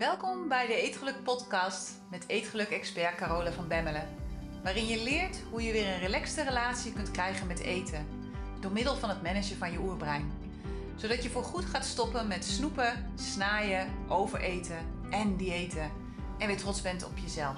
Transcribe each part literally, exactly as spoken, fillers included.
Welkom bij de Eetgeluk podcast met Eetgeluk-expert Carola van Bemmelen. Waarin je leert hoe je weer een relaxte relatie kunt krijgen met eten. Door middel van het managen van je oerbrein. Zodat je voorgoed gaat stoppen met snoepen, snaaien, overeten en diëten. En weer trots bent op jezelf.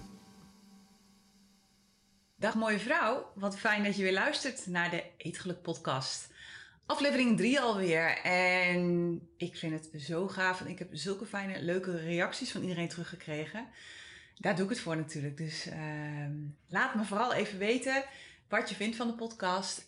Dag mooie vrouw, wat fijn dat je weer luistert naar de Eetgeluk podcast. Aflevering drie alweer en ik vind het zo gaaf en ik heb zulke fijne, leuke reacties van iedereen teruggekregen. Daar doe ik het voor natuurlijk, dus uh, laat me vooral even weten wat je vindt van de podcast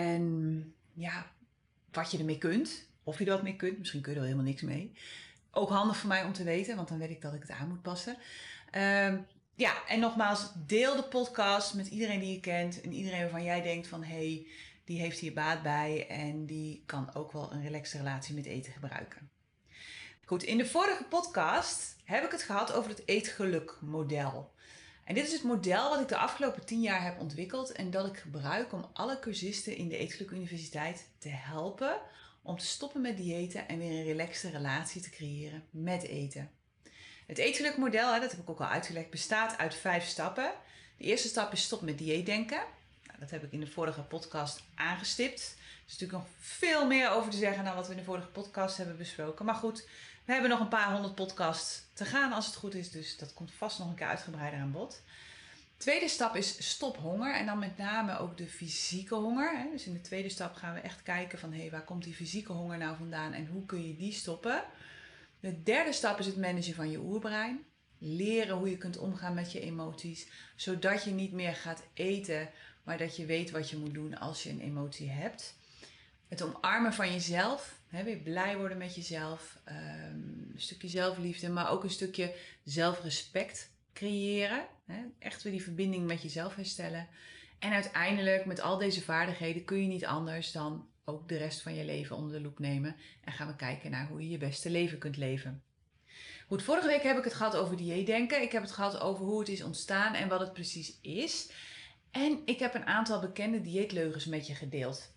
en ja, wat je ermee kunt. Of je er wat mee kunt, misschien kun je er helemaal niks mee. Ook handig voor mij om te weten, want dan weet ik dat ik het aan moet passen. Uh, ja, en nogmaals, deel de podcast met iedereen die je kent en iedereen waarvan jij denkt van hey, die heeft hier baat bij en die kan ook wel een relaxte relatie met eten gebruiken. Goed, in de vorige podcast heb ik het gehad over het eetgelukmodel. En dit is het model wat ik de afgelopen tien jaar heb ontwikkeld en dat ik gebruik om alle cursisten in de Eetgeluk Universiteit te helpen om te stoppen met diëten en weer een relaxte relatie te creëren met eten. Het eetgelukmodel, dat heb ik ook al uitgelegd, bestaat uit vijf stappen. De eerste stap is stop met dieetdenken. Nou, dat heb ik in de vorige podcast aangestipt. Er is natuurlijk nog veel meer over te zeggen dan wat we in de vorige podcast hebben besproken. Maar goed, we hebben nog een paar honderd podcasts te gaan als het goed is. Dus dat komt vast nog een keer uitgebreider aan bod. Tweede stap is stop honger. En dan met name ook de fysieke honger. Dus in de tweede stap gaan we echt kijken van hé, waar komt die fysieke honger nou vandaan en hoe kun je die stoppen? De derde stap is het managen van je oerbrein. Leren hoe je kunt omgaan met je emoties. Zodat je niet meer gaat eten, maar dat je weet wat je moet doen als je een emotie hebt. Het omarmen van jezelf. Hè, weer blij worden met jezelf. Um, een stukje zelfliefde, maar ook een stukje zelfrespect creëren. Hè, echt weer die verbinding met jezelf herstellen. En uiteindelijk met al deze vaardigheden kun je niet anders dan ook de rest van je leven onder de loep nemen. En gaan we kijken naar hoe je je beste leven kunt leven. Goed, vorige week heb ik het gehad over dieetdenken. Ik heb het gehad over hoe het is ontstaan en wat het precies is. En ik heb een aantal bekende dieetleugens met je gedeeld.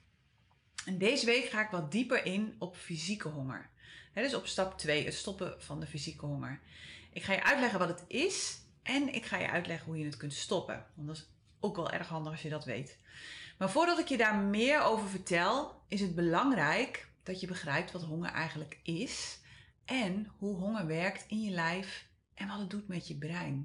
En deze week ga ik wat dieper in op fysieke honger. He, dus op stap twee, het stoppen van de fysieke honger. Ik ga je uitleggen wat het is en ik ga je uitleggen hoe je het kunt stoppen. Want dat is ook wel erg handig als je dat weet. Maar voordat ik je daar meer over vertel, is het belangrijk dat je begrijpt wat honger eigenlijk is. En hoe honger werkt in je lijf en wat het doet met je brein.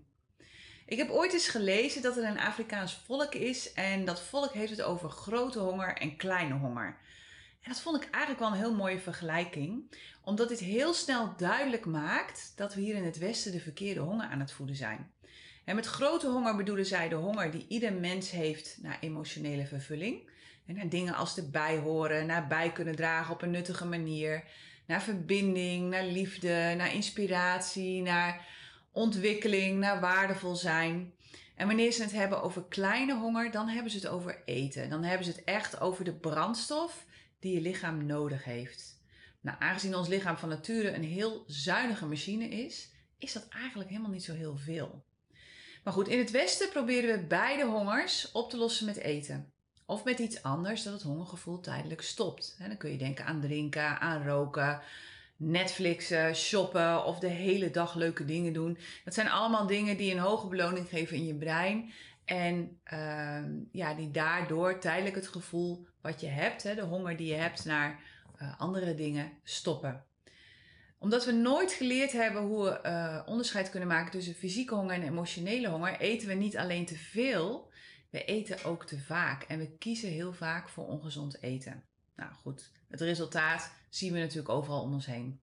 Ik heb ooit eens gelezen dat er een Afrikaans volk is en dat volk heeft het over grote honger en kleine honger. En dat vond ik eigenlijk wel een heel mooie vergelijking, omdat dit heel snel duidelijk maakt dat we hier in het Westen de verkeerde honger aan het voeden zijn. En met grote honger bedoelen zij de honger die ieder mens heeft naar emotionele vervulling. En naar dingen als erbij horen, naar bij kunnen dragen op een nuttige manier. Naar verbinding, naar liefde, naar inspiratie, naar ontwikkeling, naar waardevol zijn. En wanneer ze het hebben over kleine honger, dan hebben ze het over eten. Dan hebben ze het echt over de brandstof die je lichaam nodig heeft. Nou, aangezien ons lichaam van nature een heel zuinige machine is, is dat eigenlijk helemaal niet zo heel veel. Maar goed, in het Westen proberen we beide hongers op te lossen met eten. Of met iets anders dat het hongergevoel tijdelijk stopt. Dan kun je denken aan drinken, aan roken, Netflixen, shoppen of de hele dag leuke dingen doen. Dat zijn allemaal dingen die een hoge beloning geven in je brein. En uh, ja, die daardoor tijdelijk het gevoel wat je hebt, de honger die je hebt naar uh, andere dingen, stoppen. Omdat we nooit geleerd hebben hoe we uh, onderscheid kunnen maken tussen fysieke honger en emotionele honger, eten we niet alleen te veel, we eten ook te vaak. En we kiezen heel vaak voor ongezond eten. Nou goed, het resultaat zien we natuurlijk overal om ons heen.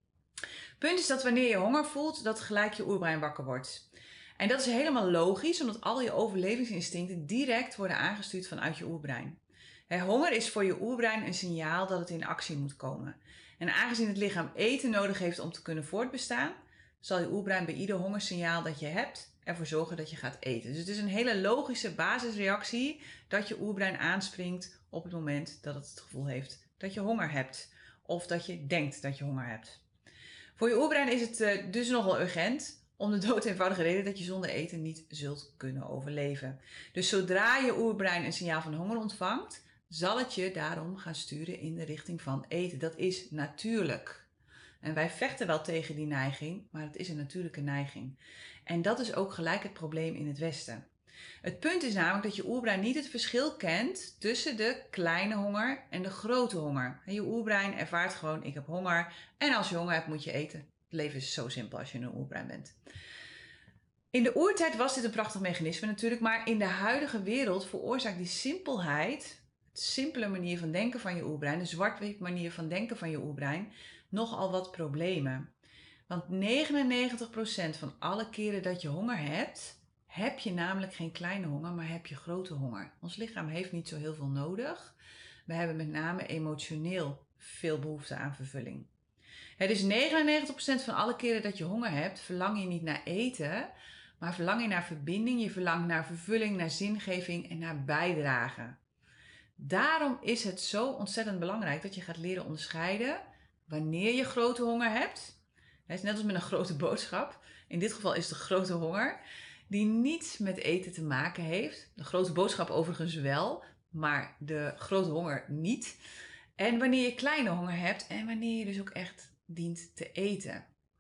Punt is dat wanneer je honger voelt, dat gelijk je oerbrein wakker wordt. En dat is helemaal logisch, omdat al je overlevingsinstincten direct worden aangestuurd vanuit je oerbrein. He, honger is voor je oerbrein een signaal dat het in actie moet komen. En aangezien het lichaam eten nodig heeft om te kunnen voortbestaan, zal je oerbrein bij ieder hongersignaal dat je hebt ervoor zorgen dat je gaat eten. Dus het is een hele logische basisreactie dat je oerbrein aanspringt op het moment dat het het gevoel heeft dat je honger hebt. Of dat je denkt dat je honger hebt. Voor je oerbrein is het uh, dus nogal urgent, om de dood eenvoudige reden dat je zonder eten niet zult kunnen overleven. Dus zodra je oerbrein een signaal van honger ontvangt, zal het je daarom gaan sturen in de richting van eten. Dat is natuurlijk. En wij vechten wel tegen die neiging, maar het is een natuurlijke neiging. En dat is ook gelijk het probleem in het Westen. Het punt is namelijk dat je oerbrein niet het verschil kent tussen de kleine honger en de grote honger. En je oerbrein ervaart gewoon, ik heb honger en als je honger hebt moet je eten. Het leven is zo simpel als je een oerbrein bent. In de oertijd was dit een prachtig mechanisme natuurlijk, maar in de huidige wereld veroorzaakt die simpelheid, de simpele manier van denken van je oerbrein, de zwart-wit manier van denken van je oerbrein, nogal wat problemen. Want negenennegentig procent van alle keren dat je honger hebt, heb je namelijk geen kleine honger, maar heb je grote honger. Ons lichaam heeft niet zo heel veel nodig. We hebben met name emotioneel veel behoefte aan vervulling. Het is negenennegentig procent van alle keren dat je honger hebt, verlang je niet naar eten, maar verlang je naar verbinding, je verlangt naar vervulling, naar zingeving en naar bijdrage. Daarom is het zo ontzettend belangrijk dat je gaat leren onderscheiden wanneer je grote honger hebt. Het is net als met een grote boodschap. In dit geval is de grote honger die niets met eten te maken heeft. De grote boodschap overigens wel, maar de grote honger niet. En wanneer je kleine honger hebt en wanneer je dus ook echt dient te eten.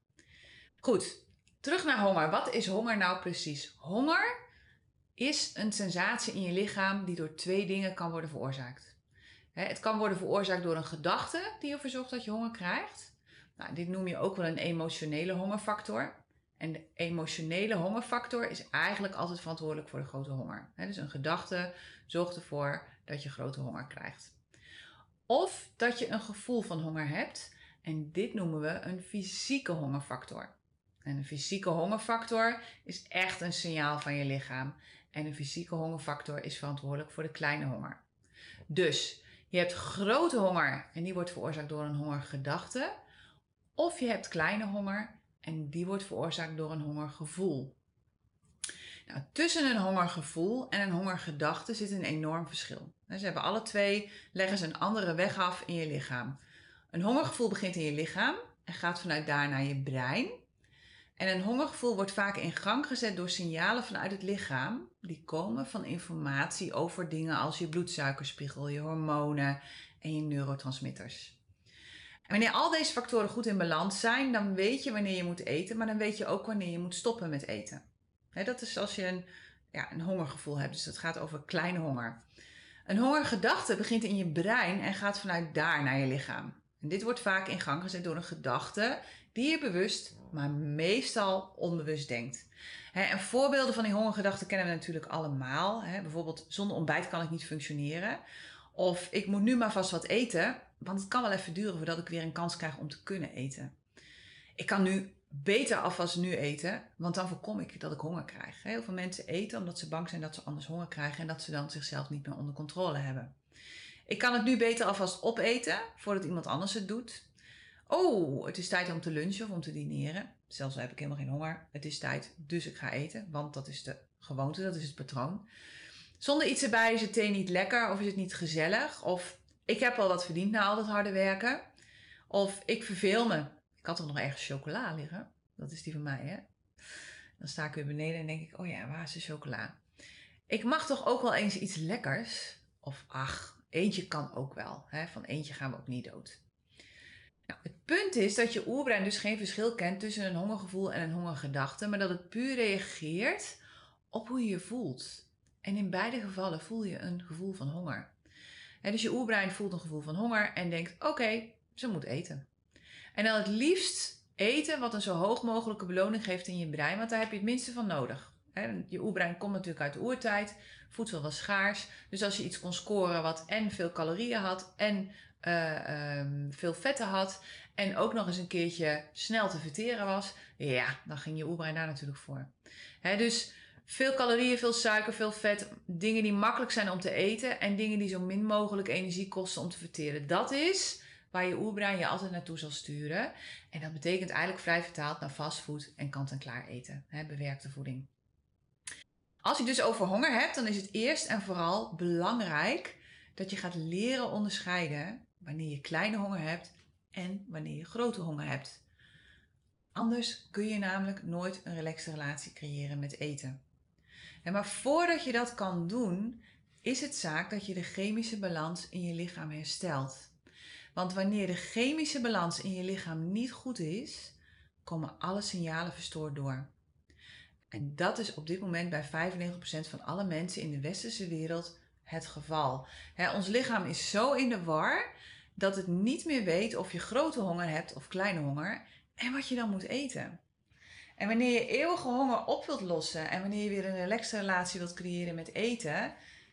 Goed, terug naar honger. Wat is honger nou precies? Honger is een sensatie in je lichaam die door twee dingen kan worden veroorzaakt. Het kan worden veroorzaakt door een gedachte die ervoor zorgt dat je honger krijgt. Nou, dit noem je ook wel een emotionele hongerfactor. En de emotionele hongerfactor is eigenlijk altijd verantwoordelijk voor de grote honger. Dus een gedachte zorgt ervoor dat je grote honger krijgt. Of dat je een gevoel van honger hebt. En dit noemen we een fysieke hongerfactor. En een fysieke hongerfactor is echt een signaal van je lichaam. En een fysieke hongerfactor is verantwoordelijk voor de kleine honger. Dus je hebt grote honger en die wordt veroorzaakt door een hongergedachte. Of je hebt kleine honger en die wordt veroorzaakt door een hongergevoel. Nou, tussen een hongergevoel en een hongergedachte zit een enorm verschil. Ze hebben alle twee, leggen ze een andere weg af in je lichaam. Een hongergevoel begint in je lichaam en gaat vanuit daar naar je brein. En een hongergevoel wordt vaak in gang gezet door signalen vanuit het lichaam. Die komen van informatie over dingen als je bloedsuikerspiegel, je hormonen en je neurotransmitters. En wanneer al deze factoren goed in balans zijn, dan weet je wanneer je moet eten, maar dan weet je ook wanneer je moet stoppen met eten. He, dat is als je een, ja, een hongergevoel hebt, dus dat gaat over kleine honger. Een hongergedachte begint in je brein en gaat vanuit daar naar je lichaam. En dit wordt vaak in gang gezet door een gedachte die je bewust, maar meestal onbewust denkt. He, en voorbeelden van die hongergedachten kennen we natuurlijk allemaal. He, bijvoorbeeld, zonder ontbijt kan ik niet functioneren. Of ik moet nu maar vast wat eten, want het kan wel even duren voordat ik weer een kans krijg om te kunnen eten. Ik kan nu beter alvast nu eten, want dan voorkom ik dat ik honger krijg. Heel veel mensen eten omdat ze bang zijn dat ze anders honger krijgen en dat ze dan zichzelf niet meer onder controle hebben. Ik kan het nu beter alvast opeten voordat iemand anders het doet. Oh, het is tijd om te lunchen of om te dineren. Zelfs heb ik helemaal geen honger. Het is tijd, dus ik ga eten, want dat is de gewoonte, dat is het patroon. Zonder iets erbij is het thee niet lekker of is het niet gezellig. Of ik heb al wat verdiend na al dat harde werken. Of ik verveel me. Ik had toch nog ergens chocola liggen. Dat is die van mij, hè. Dan sta ik weer beneden en denk ik, oh ja, waar is de chocola? Ik mag toch ook wel eens iets lekkers? Of ach, eentje kan ook wel. Hè? Van eentje gaan we ook niet dood. Nou, het punt is dat je oerbrein dus geen verschil kent tussen een hongergevoel en een hongergedachte. Maar dat het puur reageert op hoe je je voelt. En in beide gevallen voel je een gevoel van honger. En dus je oerbrein voelt een gevoel van honger en denkt, oké, okay, ze moet eten. En dan het liefst eten wat een zo hoog mogelijke beloning geeft in je brein, want daar heb je het minste van nodig. Je oerbrein komt natuurlijk uit de oertijd, voedsel was schaars. Dus als je iets kon scoren wat en veel calorieën had en uh, um, veel vetten had en ook nog eens een keertje snel te verteren was, ja, dan ging je oerbrein daar natuurlijk voor. He, dus veel calorieën, veel suiker, veel vet, dingen die makkelijk zijn om te eten en dingen die zo min mogelijk energie kosten om te verteren. Dat is waar je oerbrein je altijd naartoe zal sturen. En dat betekent eigenlijk vrij vertaald naar fastfood en kant-en-klaar eten, hè, bewerkte voeding. Als je dus over honger hebt, dan is het eerst en vooral belangrijk dat je gaat leren onderscheiden wanneer je kleine honger hebt en wanneer je grote honger hebt. Anders kun je namelijk nooit een relaxte relatie creëren met eten. En maar voordat je dat kan doen, is het zaak dat je de chemische balans in je lichaam herstelt. Want wanneer de chemische balans in je lichaam niet goed is, komen alle signalen verstoord door. En dat is op dit moment bij vijfennegentig procent van alle mensen in de westerse wereld het geval. He, ons lichaam is zo in de war dat het niet meer weet of je grote honger hebt of kleine honger en wat je dan moet eten. En wanneer je eeuwige honger op wilt lossen en wanneer je weer een relaxte relatie wilt creëren met eten,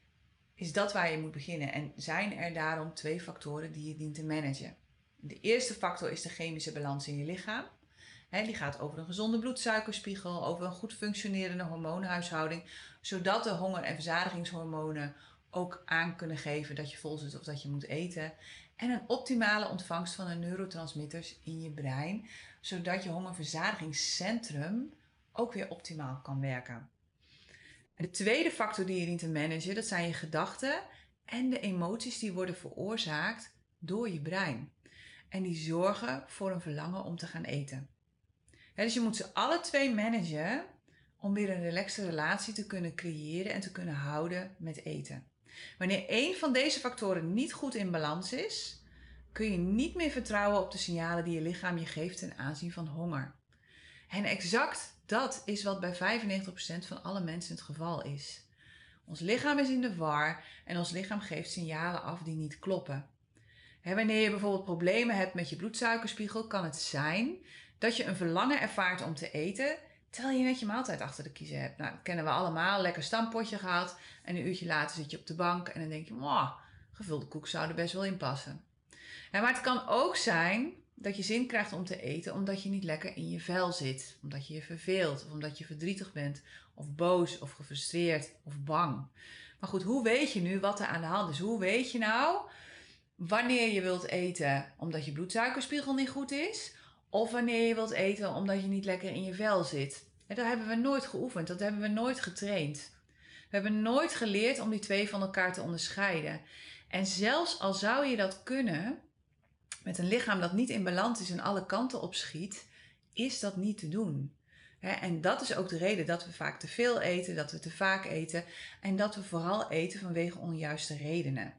is dat waar je moet beginnen. En zijn er daarom twee factoren die je dient te managen. De eerste factor is de chemische balans in je lichaam. He, die gaat over een gezonde bloedsuikerspiegel, over een goed functionerende hormoonhuishouding, zodat de honger- en verzadigingshormonen ook aan kunnen geven dat je vol zit of dat je moet eten. En een optimale ontvangst van de neurotransmitters in je brein, zodat je hongerverzadigingscentrum ook weer optimaal kan werken. En de tweede factor die je dient te managen, dat zijn je gedachten en de emoties die worden veroorzaakt door je brein. En die zorgen voor een verlangen om te gaan eten. He, dus je moet ze alle twee managen om weer een relaxte relatie te kunnen creëren en te kunnen houden met eten. Wanneer één van deze factoren niet goed in balans is, kun je niet meer vertrouwen op de signalen die je lichaam je geeft ten aanzien van honger. En exact dat is wat bij vijfennegentig procent van alle mensen het geval is. Ons lichaam is in de war en ons lichaam geeft signalen af die niet kloppen. He, wanneer je bijvoorbeeld problemen hebt met je bloedsuikerspiegel, kan het zijn dat je een verlangen ervaart om te eten, terwijl je net je maaltijd achter de kiezen hebt. Nou, dat kennen we allemaal. Lekker stampotje gehad en een uurtje later zit je op de bank en dan denk je, wow, gevulde koek zou er best wel in passen. Ja, maar het kan ook zijn dat je zin krijgt om te eten omdat je niet lekker in je vel zit. Omdat je je verveelt of omdat je verdrietig bent of boos of gefrustreerd of bang. Maar goed, hoe weet je nu wat er aan de hand is? Hoe weet je nou wanneer je wilt eten omdat je bloedsuikerspiegel niet goed is? Of wanneer je wilt eten omdat je niet lekker in je vel zit? En dat hebben we nooit geoefend, dat hebben we nooit getraind. We hebben nooit geleerd om die twee van elkaar te onderscheiden. En zelfs al zou je dat kunnen, met een lichaam dat niet in balans is en alle kanten op schiet, is dat niet te doen. En dat is ook de reden dat we vaak te veel eten, dat we te vaak eten en dat we vooral eten vanwege onjuiste redenen.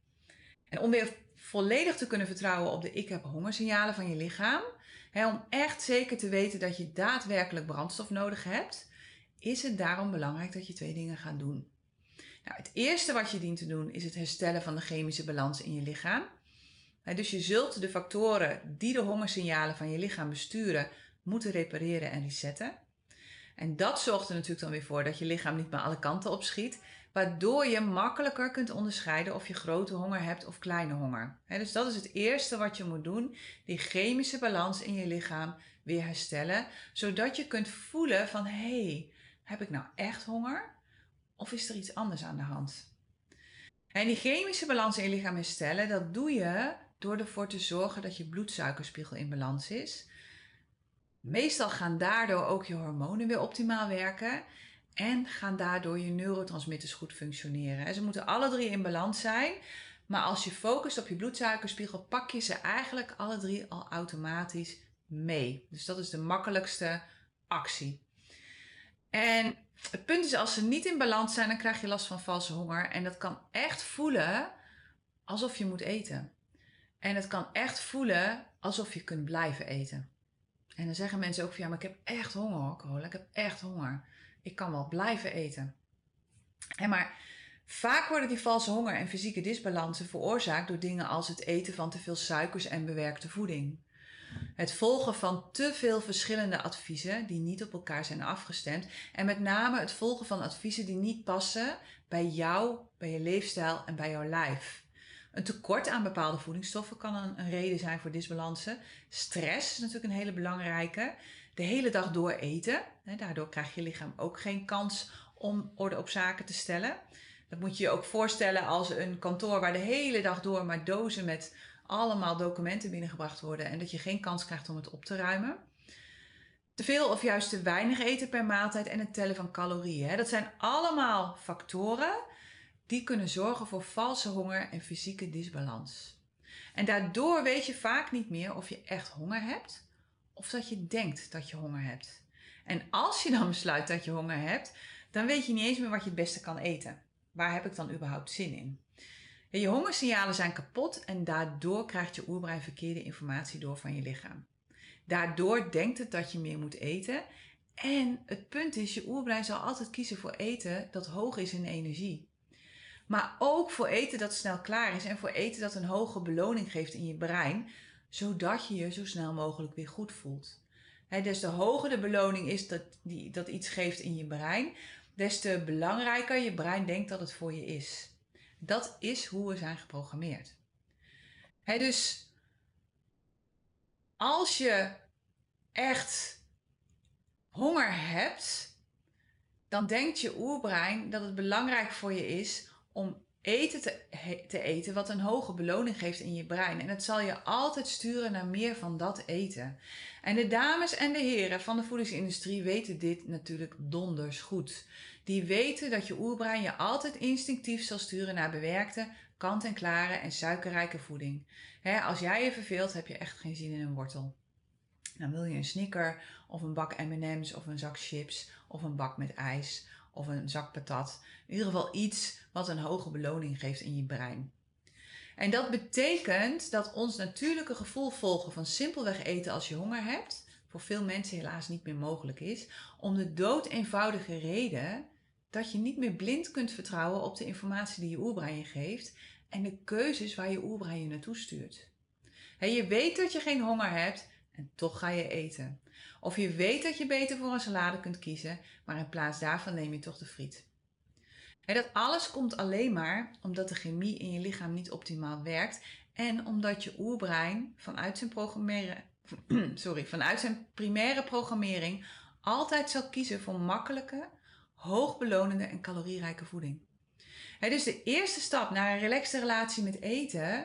En om weer volledig te kunnen vertrouwen op de ik heb hongersignalen van je lichaam, om echt zeker te weten dat je daadwerkelijk brandstof nodig hebt, is het daarom belangrijk dat je twee dingen gaat doen. Nou, het eerste wat je dient te doen is het herstellen van de chemische balans in je lichaam. Dus je zult de factoren die de hongersignalen van je lichaam besturen, moeten repareren en resetten. En dat zorgt er natuurlijk dan weer voor dat je lichaam niet meer alle kanten op schiet, waardoor je makkelijker kunt onderscheiden of je grote honger hebt of kleine honger. Dus dat is het eerste wat je moet doen, die chemische balans in je lichaam weer herstellen, zodat je kunt voelen van, hé, hey, heb ik nou echt honger of is er iets anders aan de hand? En die chemische balans in je lichaam herstellen, dat doe je door ervoor te zorgen dat je bloedsuikerspiegel in balans is. Meestal gaan daardoor ook je hormonen weer optimaal werken en gaan daardoor je neurotransmitters goed functioneren. Ze moeten alle drie in balans zijn, maar als je focust op je bloedsuikerspiegel, pak je ze eigenlijk alle drie al automatisch mee. Dus dat is de makkelijkste actie. En het punt is, als ze niet in balans zijn, dan krijg je last van valse honger. En dat kan echt voelen alsof je moet eten. En het kan echt voelen alsof je kunt blijven eten. En dan zeggen mensen ook van, ja, maar ik heb echt honger hoor, Carola. Ik heb echt honger. Ik kan wel blijven eten. En maar vaak worden die valse honger en fysieke disbalansen veroorzaakt door dingen als het eten van te veel suikers en bewerkte voeding. Het volgen van te veel verschillende adviezen die niet op elkaar zijn afgestemd. En met name het volgen van adviezen die niet passen bij jou, bij je leefstijl en bij jouw lijf. Een tekort aan bepaalde voedingsstoffen kan een, een reden zijn voor disbalansen. Stress is natuurlijk een hele belangrijke. De hele dag door eten. Hè, daardoor krijgt je lichaam ook geen kans om orde op zaken te stellen. Dat moet je je ook voorstellen als een kantoor waar de hele dag door maar dozen met allemaal documenten binnengebracht worden en dat je geen kans krijgt om het op te ruimen. Te veel of juist te weinig eten per maaltijd en het tellen van calorieën. Hè. Dat zijn allemaal factoren die kunnen zorgen voor valse honger en fysieke disbalans. En daardoor weet je vaak niet meer of je echt honger hebt of dat je denkt dat je honger hebt. En als je dan besluit dat je honger hebt, dan weet je niet eens meer wat je het beste kan eten. Waar heb ik dan überhaupt zin in? Je hongersignalen zijn kapot en daardoor krijgt je oerbrein verkeerde informatie door van je lichaam. Daardoor denkt het dat je meer moet eten. En het punt is, je oerbrein zal altijd kiezen voor eten dat hoog is in energie. Maar ook voor eten dat snel klaar is en voor eten dat een hoge beloning geeft in je brein, zodat je je zo snel mogelijk weer goed voelt. He, des te hoger de beloning is dat, die, dat iets geeft in je brein, des te belangrijker je brein denkt dat het voor je is. Dat is hoe we zijn geprogrammeerd. He, dus als je echt honger hebt, dan denkt je oerbrein dat het belangrijk voor je is om eten te, te eten wat een hoge beloning geeft in je brein. En het zal je altijd sturen naar meer van dat eten. En de dames en de heren van de voedingsindustrie weten dit natuurlijk donders goed. Die weten dat je oerbrein je altijd instinctief zal sturen naar bewerkte, kant-en-klare en suikerrijke voeding. He, als jij je verveelt, heb je echt geen zin in een wortel. Dan wil je een Snicker of een bak M en M's of een zak chips of een bak met ijs of een zak patat. In ieder geval iets wat een hoge beloning geeft in je brein. En dat betekent dat ons natuurlijke gevoel volgen van simpelweg eten als je honger hebt, voor veel mensen helaas niet meer mogelijk is, om de doodeenvoudige reden dat je niet meer blind kunt vertrouwen op de informatie die je oerbrein je geeft en de keuzes waar je oerbrein je naartoe stuurt. He, je weet dat je geen honger hebt en toch ga je eten. Of je weet dat je beter voor een salade kunt kiezen, maar in plaats daarvan neem je toch de friet. He, dat alles komt alleen maar omdat de chemie in je lichaam niet optimaal werkt en omdat je oerbrein vanuit zijn, programmeren, sorry, vanuit zijn primaire programmering altijd zal kiezen voor makkelijke, hoogbelonende en calorierijke voeding. He, dus de eerste stap naar een relaxte relatie met eten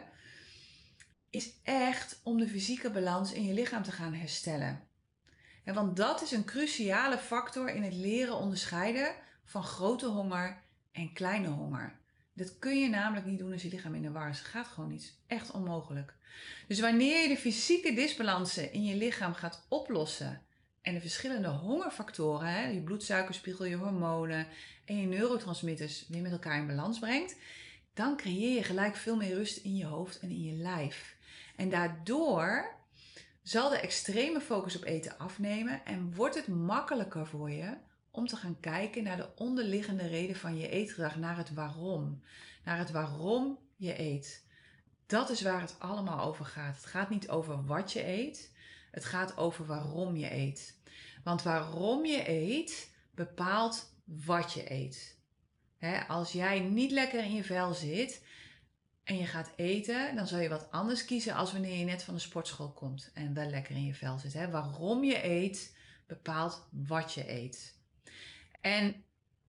is echt om de fysieke balans in je lichaam te gaan herstellen. En want dat is een cruciale factor in het leren onderscheiden van grote honger en kleine honger. Dat kun je namelijk niet doen als je lichaam in de war is. Dat gaat gewoon niet. Echt onmogelijk. Dus wanneer je de fysieke disbalansen in je lichaam gaat oplossen en de verschillende hongerfactoren, hè, je bloedsuikerspiegel, je hormonen en je neurotransmitters weer met elkaar in balans brengt, dan creëer je gelijk veel meer rust in je hoofd en in je lijf. En daardoor zal de extreme focus op eten afnemen en wordt het makkelijker voor je om te gaan kijken naar de onderliggende reden van je eetgedrag, naar het waarom. Naar het waarom je eet. Dat is waar het allemaal over gaat. Het gaat niet over wat je eet, het gaat over waarom je eet. Want waarom je eet bepaalt wat je eet. He, als jij niet lekker in je vel zit en je gaat eten, dan zal je wat anders kiezen als wanneer je net van de sportschool komt en wel lekker in je vel zit. He, waarom je eet bepaalt wat je eet. En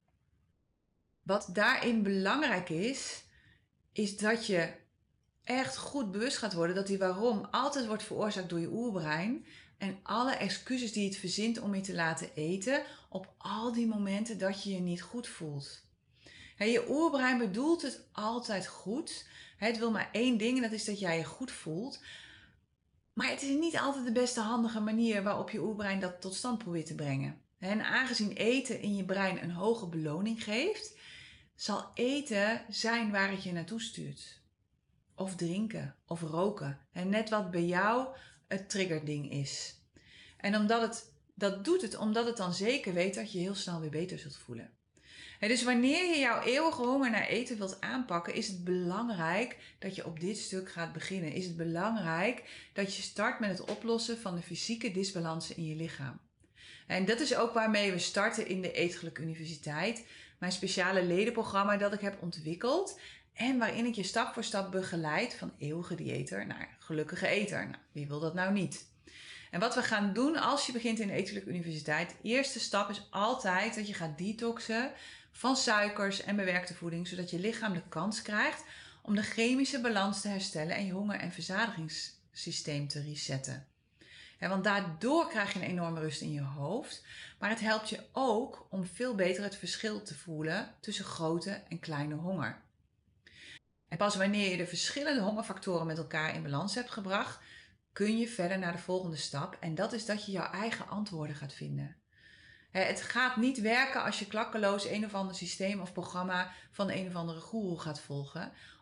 wat daarin belangrijk is, is dat je echt goed bewust gaat worden dat die waarom altijd wordt veroorzaakt door je oerbrein en alle excuses die het verzint om je te laten eten op al die momenten dat je je niet goed voelt. He, je oerbrein bedoelt het altijd goed. Het wil maar één ding en dat is dat jij je goed voelt. Maar het is niet altijd de beste handige manier waarop je oerbrein dat tot stand probeert te brengen. En aangezien eten in je brein een hoge beloning geeft, zal eten zijn waar het je naartoe stuurt. Of drinken, of roken. En net wat bij jou het triggerding is. En omdat het, dat doet het omdat het dan zeker weet dat je heel snel weer beter zult voelen. En dus wanneer je jouw eeuwige honger naar eten wilt aanpakken, is het belangrijk dat je op dit stuk gaat beginnen. Is het belangrijk dat je start met het oplossen van de fysieke disbalansen in je lichaam. En dat is ook waarmee we starten in de Eetgeluk Universiteit. Mijn speciale ledenprogramma dat ik heb ontwikkeld. En waarin ik je stap voor stap begeleid van eeuwige dieeter naar gelukkige eter. Nou, wie wil dat nou niet? En wat we gaan doen als je begint in de Eetgeluk Universiteit. De eerste stap is altijd dat je gaat detoxen van suikers en bewerkte voeding. Zodat je lichaam de kans krijgt om de chemische balans te herstellen en je honger- en verzadigingssysteem te resetten. Ja, want daardoor krijg je een enorme rust in je hoofd. Maar het helpt je ook om veel beter het verschil te voelen tussen grote en kleine honger. En pas wanneer je de verschillende hongerfactoren met elkaar in balans hebt gebracht, kun je verder naar de volgende stap. En dat is dat je jouw eigen antwoorden gaat vinden. Het gaat niet werken als je klakkeloos een of ander systeem of programma van een of andere goeroe gaat volgen.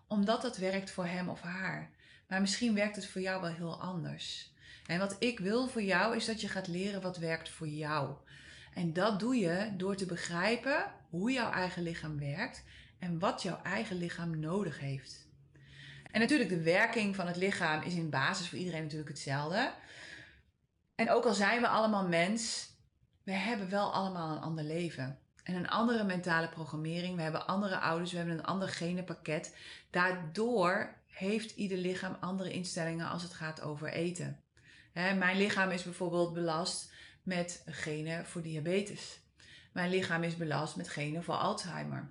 omdat dat werkt voor hem of haar. Maar misschien werkt het voor jou wel heel anders. En wat ik wil voor jou is dat je gaat leren wat werkt voor jou. En dat doe je door te begrijpen hoe jouw eigen lichaam werkt en wat jouw eigen lichaam nodig heeft. En natuurlijk, de werking van het lichaam is in basis voor iedereen natuurlijk hetzelfde. En ook al zijn we allemaal mens, we hebben wel allemaal een ander leven. En een andere mentale programmering. We hebben andere ouders, we hebben een ander genenpakket. Daardoor heeft ieder lichaam andere instellingen als het gaat over eten. Hè, mijn lichaam is bijvoorbeeld belast met genen voor diabetes. Mijn lichaam is belast met genen voor Alzheimer.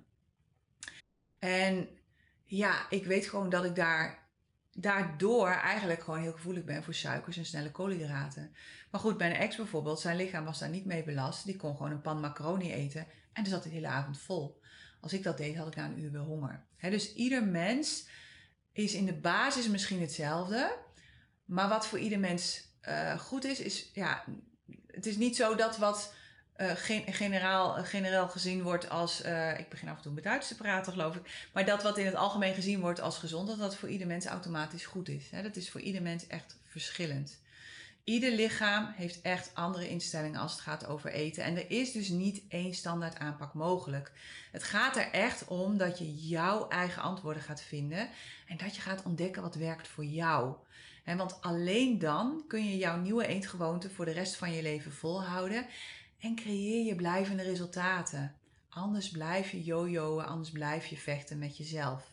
En ja, ik weet gewoon dat ik daar, daardoor eigenlijk gewoon heel gevoelig ben voor suikers en snelle koolhydraten. Maar goed, mijn ex bijvoorbeeld, zijn lichaam was daar niet mee belast. Die kon gewoon een pan macaroni eten en dan zat hij de hele avond vol. Als ik dat deed, had ik na een uur weer honger. He, dus ieder mens is in de basis misschien hetzelfde. Maar wat voor ieder mens uh, goed is, is ja, het is niet zo dat wat uh, gen- generaal, uh, generaal gezien wordt als, uh, ik begin af en toe met Duits te praten geloof ik, maar dat wat in het algemeen gezien wordt als gezond, dat dat voor ieder mens automatisch goed is. He, dat is voor ieder mens echt verschillend. Ieder lichaam heeft echt andere instellingen als het gaat over eten. En er is dus niet één standaard aanpak mogelijk. Het gaat er echt om dat je jouw eigen antwoorden gaat vinden. En dat je gaat ontdekken wat werkt voor jou. En want alleen dan kun je jouw nieuwe eetgewoonte voor de rest van je leven volhouden. En creëer je blijvende resultaten. Anders blijf je jojoen, anders blijf je vechten met jezelf.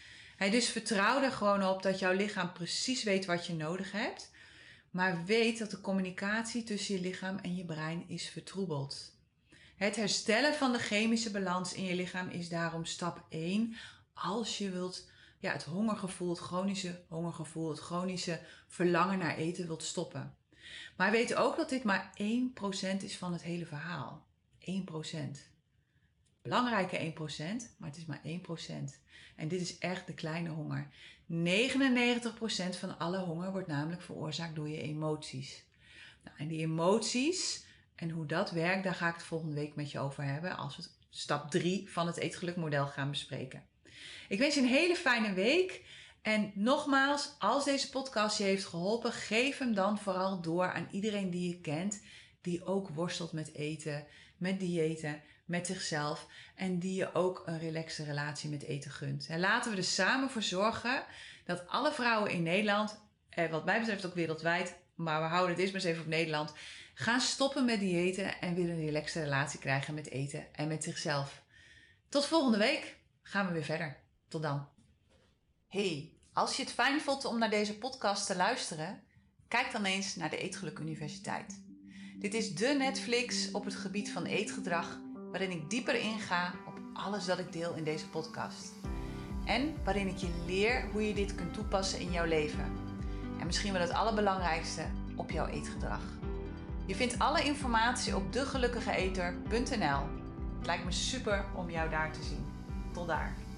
Dus vertrouw er gewoon op dat jouw lichaam precies weet wat je nodig hebt. Maar weet dat de communicatie tussen je lichaam en je brein is vertroebeld. Het herstellen van de chemische balans in je lichaam is daarom stap één. Als je wilt, ja, het hongergevoel, het chronische hongergevoel, het chronische verlangen naar eten wilt stoppen. Maar weet ook dat dit maar één procent is van het hele verhaal. één procent. Belangrijke één procent, maar het is maar één procent. En dit is echt de kleine honger. negenennegentig procent van alle honger wordt namelijk veroorzaakt door je emoties. Nou, en die emoties en hoe dat werkt, daar ga ik het volgende week met je over hebben als we stap drie van het eetgelukmodel gaan bespreken. Ik wens je een hele fijne week. En nogmaals, als deze podcast je heeft geholpen, geef hem dan vooral door aan iedereen die je kent, die ook worstelt met eten, met diëten, met zichzelf en die je ook een relaxe relatie met eten gunt. En laten we er samen voor zorgen dat alle vrouwen in Nederland, en wat mij betreft ook wereldwijd, maar we houden het eerst maar eens even op Nederland, gaan stoppen met diëten en weer een relaxe relatie krijgen met eten en met zichzelf. Tot volgende week gaan we weer verder. Tot dan. Hey, als je het fijn vond om naar deze podcast te luisteren, kijk dan eens naar de Eetgeluk Universiteit. Dit is de Netflix op het gebied van eetgedrag, waarin ik dieper inga op alles dat ik deel in deze podcast. En waarin ik je leer hoe je dit kunt toepassen in jouw leven. En misschien wel het allerbelangrijkste, op jouw eetgedrag. Je vindt alle informatie op de gelukkige eter punt n l. Het lijkt me super om jou daar te zien. Tot daar.